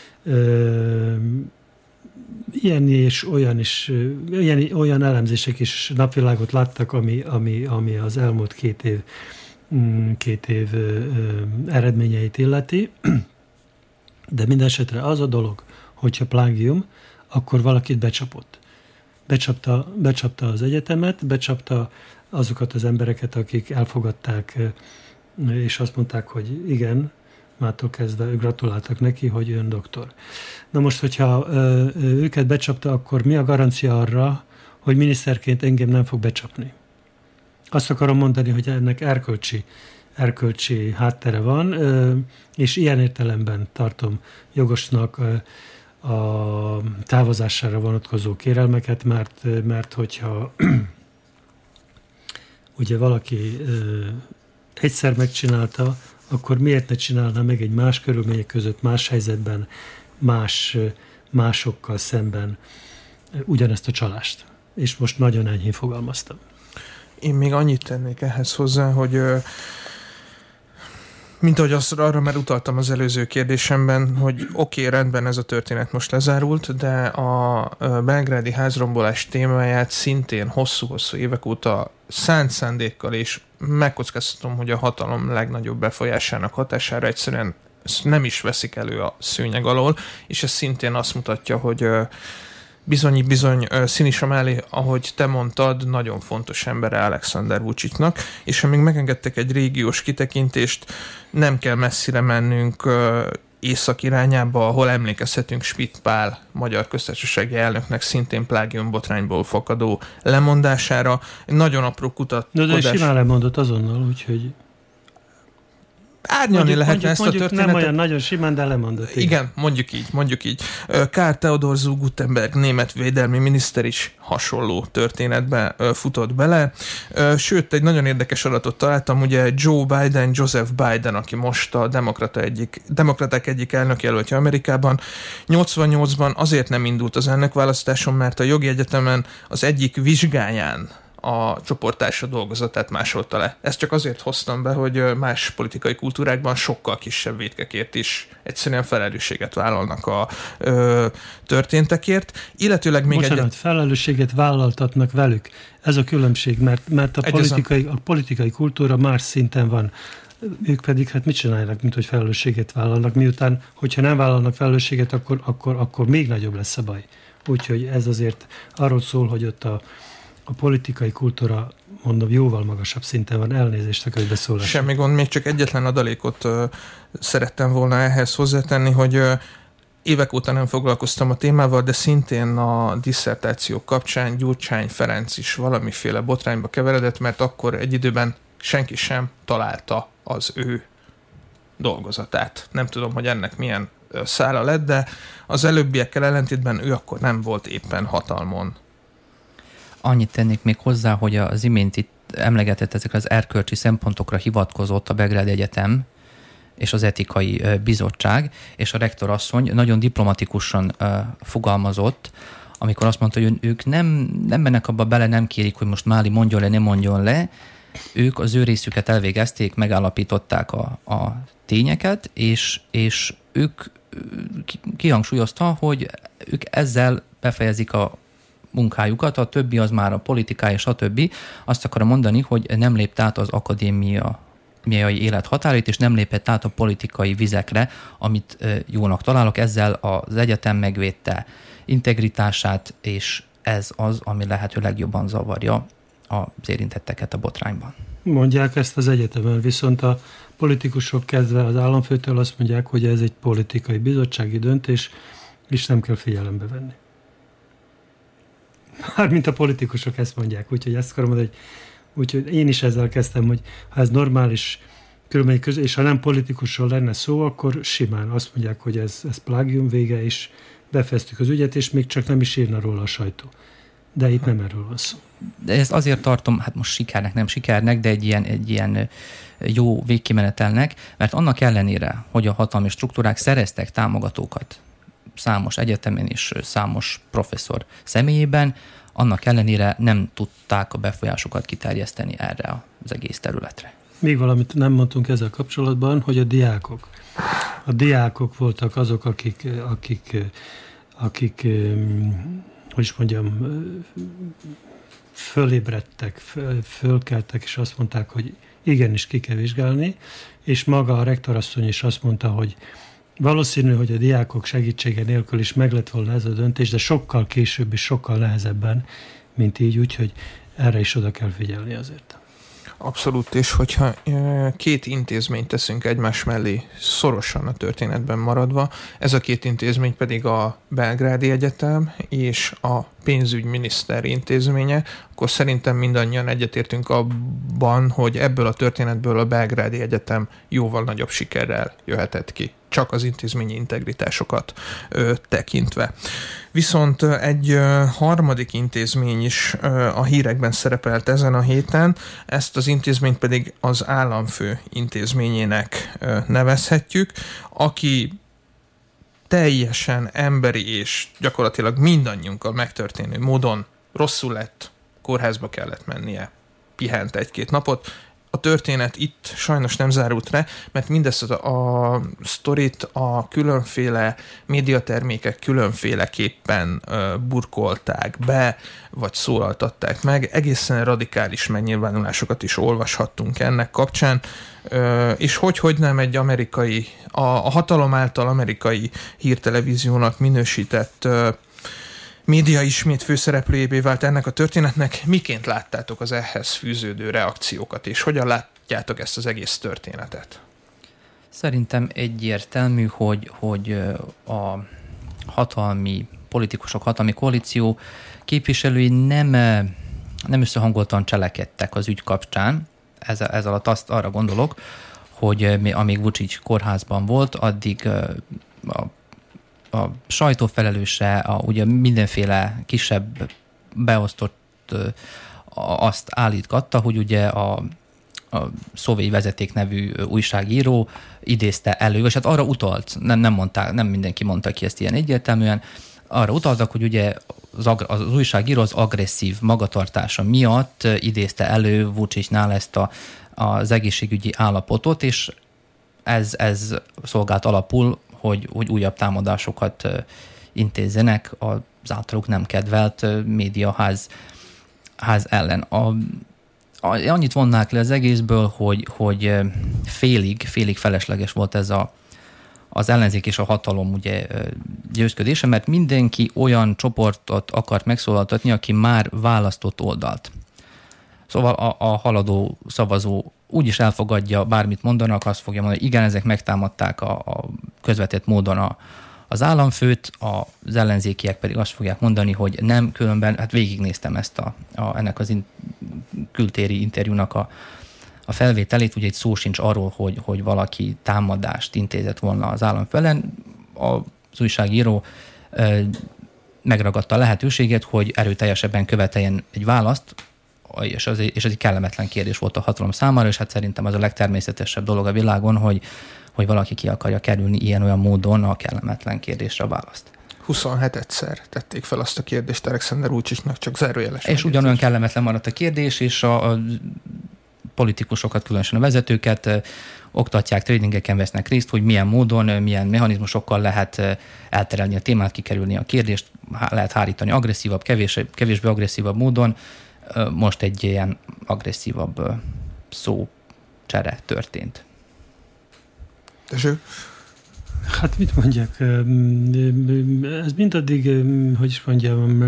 Olyan elemzések is napvilágot láttak, ami az elmúlt két év eredményeit illeti, de minden esetre az a dolog, hogyha plágium, akkor valakit becsapott. Becsapta az egyetemet, becsapta azokat az embereket, akik elfogadták, és azt mondták, hogy igen, mától kezdve gratuláltak neki, hogy ön doktor. Na most, hogyha őket becsapta, akkor mi a garancia arra, hogy miniszterként engem nem fog becsapni? Azt akarom mondani, hogy ennek erkölcsi háttere van, és ilyen értelemben tartom jogosnak a távozására vonatkozó kérelmeket, mert hogyha ugye valaki egyszer megcsinálta, akkor miért ne csinálna meg egy más körülmények között, más helyzetben, másokkal szemben ugyanezt a csalást. És most nagyon enyhén fogalmaztam. Én még annyit tennék ehhez hozzá, hogy mint ahogy arra már utaltam az előző kérdésemben, hogy oké, rendben, ez a történet most lezárult, de a belgrádi házrombolás témáját szintén hosszú-hosszú évek óta szánt szándékkal, és megkockáztatom, hogy a hatalom legnagyobb befolyásának hatására egyszerűen nem is veszik elő a szőnyeg alól, és ez szintén azt mutatja, hogy bizony Sinisa Mali, ahogy te mondtad, nagyon fontos embere Alexander Vučićnak, és ha még megengedtek egy régiós kitekintést, nem kell messzire mennünk észak irányába, ahol emlékezhetünk Schmidt Pál, magyar köztársasági elnöknek szintén plágium botrányból fakadó lemondására. Egy nagyon apró kutatkodás. De simán lemondott azonnal, úgyhogy... árnyalni lehetne ezt a történetet. Nem olyan nagyon simán, de lemondott. Igen, mondjuk így. Karl Theodor zu Guttenberg, német védelmi miniszter is hasonló történetbe futott bele. Sőt, egy nagyon érdekes adatot találtam, ugye Joseph Biden, aki most a demokraták egyik elnökjelöltje Amerikában, 88-ban azért nem indult az elnökválasztáson, mert a jogi egyetemen az egyik vizsgáján a csoporttársa dolgozatát másolta le. Ezt csak azért hoztam be, hogy más politikai kultúrákban sokkal kisebb vétkekért is egyszerűen felelősséget vállalnak a történtekért. Illetőleg még felelősséget vállaltatnak velük. Ez a különbség, mert a politikai kultúra más szinten van. Ők pedig hát mit csinálnak, mint hogy felelősséget vállalnak, miután, hogyha nem vállalnak felelősséget, akkor még nagyobb lesz a baj. Úgyhogy ez azért arról szól, hogy ott a politikai kultúra, mondom, jóval magasabb szinten van. Elnézést a közbeszólásra. Semmi gond, még csak egyetlen adalékot szerettem volna ehhez hozzátenni, hogy évek óta nem foglalkoztam a témával, de szintén a disszertáció kapcsán Gyurcsány Ferenc is valamiféle botrányba keveredett, mert akkor egy időben senki sem találta az ő dolgozatát. Nem tudom, hogy ennek milyen szála lett, de az előbbiekkel ellentétben ő akkor nem volt éppen hatalmon. Annyit tennék még hozzá, hogy az imént itt emlegetett ezekre az erkölcsi szempontokra hivatkozott a Belgrádi Egyetem és az etikai bizottság, és a rektor asszony nagyon diplomatikusan fogalmazott, amikor azt mondta, hogy ők nem mennek abba bele, nem kérik, hogy most Máli mondjon le, nem mondjon le, ők az ő részüket elvégezték, megállapították a tényeket, és ők kihangsúlyozta, hogy ők ezzel befejezik a munkájukat, a többi az már a politikai, stb. Azt akarom mondani, hogy nem lépett át az akadémiai élet határait, és nem lépett át a politikai vizekre, amit jónak találok. Ezzel az egyetem megvédte integritását, és ez az, ami lehető legjobban zavarja az érintetteket a botrányban. Mondják ezt az egyetemen, viszont a politikusok kezdve az államfőtől azt mondják, hogy ez egy politikai bizottsági döntés, és nem kell figyelembe venni. Mármint a politikusok ezt mondják, úgyhogy ezt akarom mondani, úgyhogy én is ezzel kezdtem, hogy ha ez normális körülmények között, és ha nem politikusról lenne szó, akkor simán azt mondják, hogy ez plágium vége, és befejeztük az ügyet, és még csak nem is írna róla a sajtó. De itt nem erről van szó. De ezt azért tartom, hát most sikernek, nem sikernek, de egy ilyen jó végkimenetelnek, mert annak ellenére, hogy a hatalmi struktúrák szereztek támogatókat számos egyetemen és számos professzor személyében, annak ellenére nem tudták a befolyásokat kiterjeszteni erre az egész területre. Még valamit nem mondtunk ezzel kapcsolatban, hogy a diákok voltak azok, akik hogy is mondjam, fölébredtek, fölkeltek, és azt mondták, hogy igenis ki kell vizsgálni, és maga a rektorasszony is azt mondta, hogy valószínű, hogy a diákok segítsége nélkül is meg lett volna ez a döntés, de sokkal később és sokkal nehezebben, mint így, úgyhogy erre is oda kell figyelni azért. Abszolút, és hogyha két intézményt teszünk egymás mellé szorosan a történetben maradva, ez a két intézmény pedig a Belgrádi Egyetem és a pénzügyminiszter intézménye, akkor szerintem mindannyian egyetértünk abban, hogy ebből a történetből a Belgrádi Egyetem jóval nagyobb sikerrel jöhetett ki, csak az intézményi integritásokat tekintve. Viszont egy harmadik intézmény is a hírekben szerepelt ezen a héten, ezt az intézményt pedig az államfő intézményének nevezhetjük, aki teljesen emberi és gyakorlatilag mindannyiunkkal megtörténő módon rosszul lett, kórházba kellett mennie, pihent egy-két napot. A történet itt sajnos nem zárult le, mert mindezt a sztorit a különféle médiatermékek különféleképpen burkolták be, vagy szólaltatták meg. Egészen radikális megnyilvánulásokat is olvashattunk ennek kapcsán, és hogy nem egy amerikai, a hatalom által amerikai hírtelevíziónak minősített média ismét főszereplőjévé vált ennek a történetnek. Miként láttátok az ehhez fűződő reakciókat, és hogyan látjátok ezt az egész történetet? Szerintem egyértelmű, hogy a hatalmi politikusok, hatalmi koalíció képviselői nem összehangoltan cselekedtek az ügy kapcsán. Ez alatt arra gondolok, hogy amíg Vučić kórházban volt, addig a sajtófelelőse, ugye mindenféle kisebb beosztott azt állítgatta, hogy ugye a Szóvay Vezeték nevű újságíró idézte elő, és hát arra utalt, nem mindenki mondta ki ezt ilyen egyértelműen, arra utaltak, hogy ugye az újságíró az agresszív magatartása miatt idézte elő Vučićnál ezt az egészségügyi állapotot, és ez szolgált alapul, hogy újabb támadásokat intézzenek az általuk nem kedvelt médiaház ellen. Annyit vonnák le az egészből, hogy félig felesleges volt ez az ellenzék és a hatalom ugye győzködése, mert mindenki olyan csoportot akart megszólaltatni, aki már választott oldalt. Szóval a haladó szavazó úgyis elfogadja, bármit mondanak, azt fogja mondani, hogy igen, ezek megtámadták a közvetett módon az államfőt, az ellenzékiek pedig azt fogják mondani, hogy nem, különben, hát végignéztem ennek az kültéri interjúnak a felvételét, ugye egy szó sincs arról, hogy valaki támadást intézett volna az államfő ellen. Az újságíró megragadta a lehetőséget, hogy erőteljesebben követeljen egy választ, és ez egy kellemetlen kérdés volt a hatalom számára, és hát szerintem az a legtermészetesebb dolog a világon, hogy valaki ki akarja kerülni ilyen-olyan módon a kellemetlen kérdésre a választ. 27-szer tették fel azt a kérdést Alexander Vučićnak, csak zárójeles. És ugyanolyan kellemetlen maradt a kérdés, és a politikusokat, különösen a vezetőket oktatják, tréningeken vesznek részt, hogy milyen módon, milyen mechanizmusokkal lehet elterelni a témát, kikerülni a kérdést, lehet hárítani agresszívabb, kevésbé agresszívabb módon. Most egy ilyen agresszívabb szócsere történt. Tessék? Hát mit mondjak, ez mindaddig, hogy is mondjam,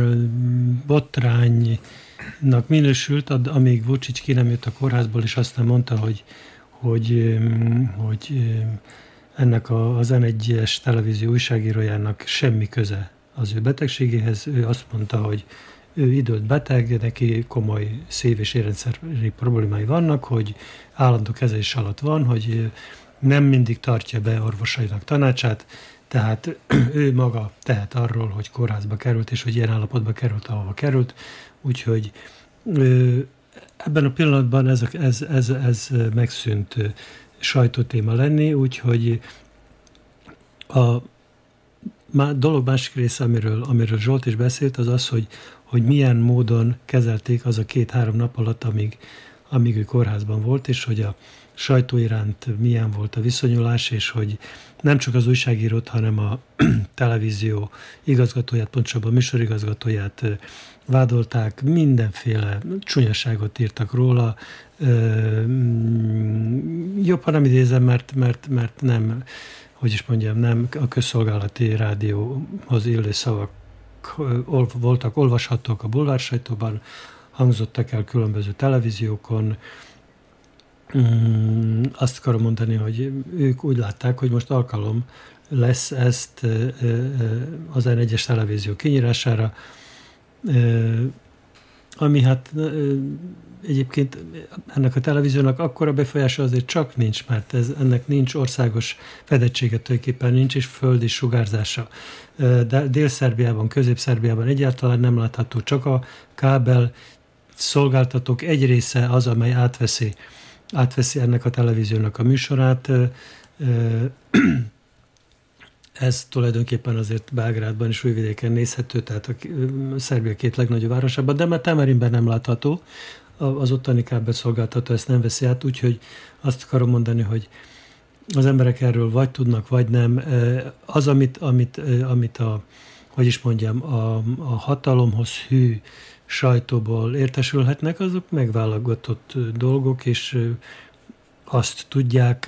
botránynak minősült, amíg Vučić ki nem jött a kórházból, és aztán mondta, hogy ennek az N1-es televízió újságírójának semmi köze az ő betegségéhez. Ő azt mondta, hogy ő időt beteg, neki komoly szív- és érrendszeri problémái vannak, hogy állandó kezelés alatt van, hogy nem mindig tartja be orvosainak tanácsát, tehát ő maga tehet arról, hogy kórházba került, és hogy ilyen állapotba került, ahova került. Úgyhogy ebben a pillanatban ez megszűnt sajtótéma lenni, úgyhogy a dolog másik része, amiről Zsolt is beszélt, az az, hogy milyen módon kezelték az a 2-3 nap alatt, amíg ő kórházban volt, és hogy a sajtó iránt milyen volt a viszonyulás, és hogy nem csak az újságírót, hanem a televízió igazgatóját, pontosabban a műsorigazgatóját vádolták, mindenféle csúnyaságot írtak róla. Jobb, ha nem idézem, mert nem, hogy is mondjam, nem a közszolgálati rádióhoz illő szavak voltak, olvashatók a bulvársajtóban, hangzottak el különböző televíziókon. Azt akarom mondani, hogy ők úgy látták, hogy most alkalom lesz ezt az N1-es televízió kinyírására, ami hát egyébként ennek a televíziónak akkora befolyása azért csak nincs, mert ennek nincs országos fedettsége, tulajdonképpen nincs is földi sugárzása. De Dél-Szerbiában, Közép-Szerbiában egyáltalán nem látható, csak a kábel szolgáltatók egy része az, amely átveszi ennek a televíziónak a műsorát. Ez tulajdonképpen azért Belgrádban és Újvidéken nézhető, tehát a Szerbia 2 legnagyobb városában, de már Temerinben nem látható, az ottani kábelszolgáltató ezt nem veszi át, úgyhogy azt akarom mondani, hogy az emberek erről vagy tudnak, vagy nem. Az, amit hogy is mondjam, a hatalomhoz hű sajtóból értesülhetnek, azok megválogatott dolgok, és azt tudják.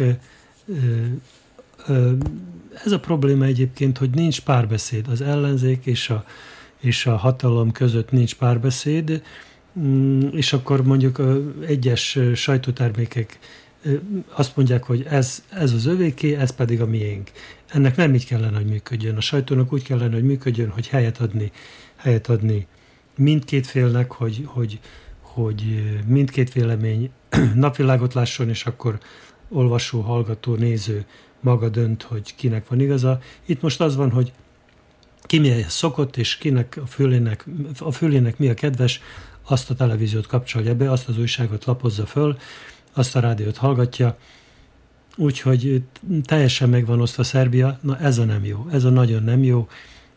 Ez a probléma egyébként, hogy nincs párbeszéd. Az ellenzék és a hatalom között nincs párbeszéd, és akkor mondjuk egyes sajtótermékek azt mondják, hogy ez az övéké, ez pedig a miénk. Ennek nem így kellene, hogy működjön. A sajtónak úgy kellene, hogy működjön, hogy helyet adni mindkét félnek, hogy mindkét vélemény napvilágot lásson, és akkor olvasó, hallgató, néző maga dönt, hogy kinek van igaza. Itt most az van, hogy ki mihez szokott, és kinek a fülének mi a kedves, azt a televíziót kapcsolja be, azt az újságot lapozza föl, azt a rádiót hallgatja, úgyhogy teljesen meg van osztva Szerbia. Na ez a nem jó, ez a nagyon nem jó,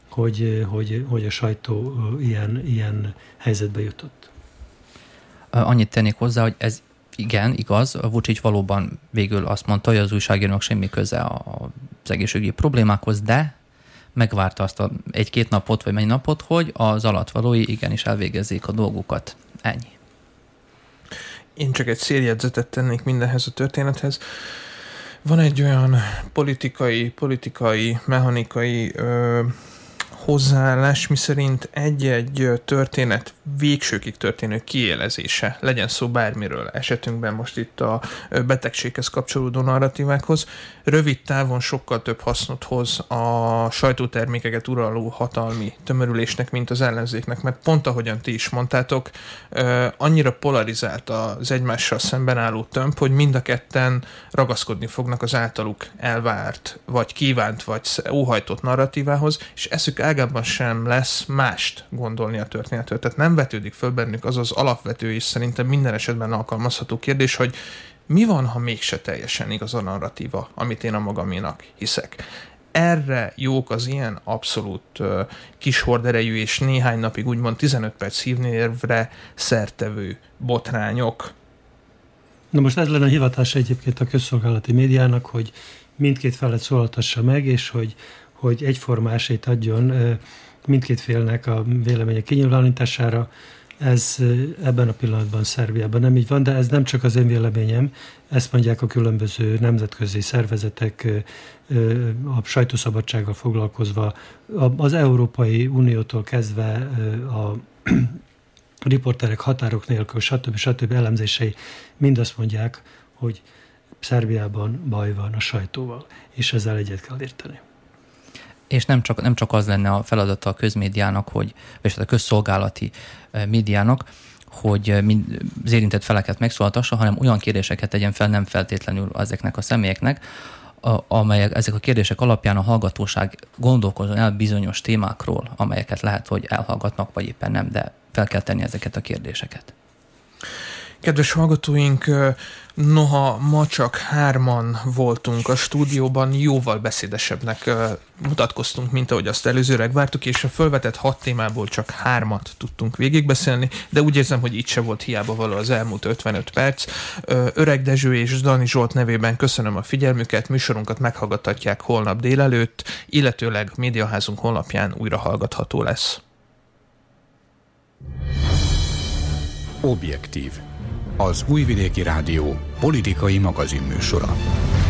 hogy a sajtó ilyen helyzetbe jutott. Annyit tennék hozzá, hogy ez igen, igaz, Vučić valóban végül azt mondta, hogy az újságírónak semmi köze az egészségügyi problémákhoz, de megvárta azt a 1-2 napot, vagy mennyi napot, hogy az alattvalói igenis elvégezzék a dolgukat. Ennyi. Én csak egy széljegyzetet tennék mindenhez a történethez. Van egy olyan politikai, mechanikai hozzáállás, miszerint egy-egy történet végsőkig történő kiélezése, legyen szó bármiről, esetünkben most itt a betegséghez kapcsolódó narratívákhoz, rövid távon sokkal több hasznot hoz a sajtótermékeket uraló hatalmi tömörülésnek, mint az ellenzéknek, mert pont ahogyan ti is mondtátok, annyira polarizált az egymással szemben álló tömb, hogy mind a ketten ragaszkodni fognak az általuk elvárt, vagy kívánt, vagy óhajtott narratívához, és eszük ágában sem lesz mást gondolni a történetről. Tehát nem vetődik föl bennük az az alapvető és szerintem minden esetben alkalmazható kérdés, hogy mi van, ha mégse teljesen igaz a narratíva, amit én a magaménak hiszek. Erre jók az ilyen abszolút kis horderejű és néhány napig úgymond 15 perc hívnévre szertevő botrányok. Na most ez lenne a hivatás egyébként a közszolgálati médiának, hogy mindkét felet szólaltassa meg, és hogy egyforma esélyt adjon mindkét félnek a vélemények kinyilvánítására. Ez ebben a pillanatban Szerbiában nem így van, de ez nem csak az én véleményem, ezt mondják a különböző nemzetközi szervezetek, a sajtószabadsággal foglalkozva, az Európai Uniótól kezdve a riporterek határok nélkül, stb. Elemzései mind azt mondják, hogy Szerbiában baj van a sajtóval, és ezzel egyet kell érteni. És nem csak az lenne a feladata a közmédiának, vagy a közszolgálati médiának, hogy az érintett feleket megszólaltassa, hanem olyan kérdéseket tegyen fel nem feltétlenül ezeknek a személyeknek, amelyek ezek a kérdések alapján a hallgatóság gondolkozzon el bizonyos témákról, amelyeket lehet, hogy elhallgatnak, vagy éppen nem, de fel kell tenni ezeket a kérdéseket. Kedves hallgatóink, noha ma csak 3-an voltunk a stúdióban, jóval beszédesebbnek mutatkoztunk, mint ahogy azt előzőleg vártuk, és a fölvetett 6 témából csak 3-at tudtunk végigbeszélni, de úgy érzem, hogy itt se volt hiába való az elmúlt 55 perc. Öreg Dezső és Dani Zsolt nevében köszönöm a figyelmüket, műsorunkat meghallgathatják holnap délelőtt, illetőleg Médiaházunk honlapján újra hallgatható lesz. Objektív. Az Újvidéki Rádió politikai magazinműsora.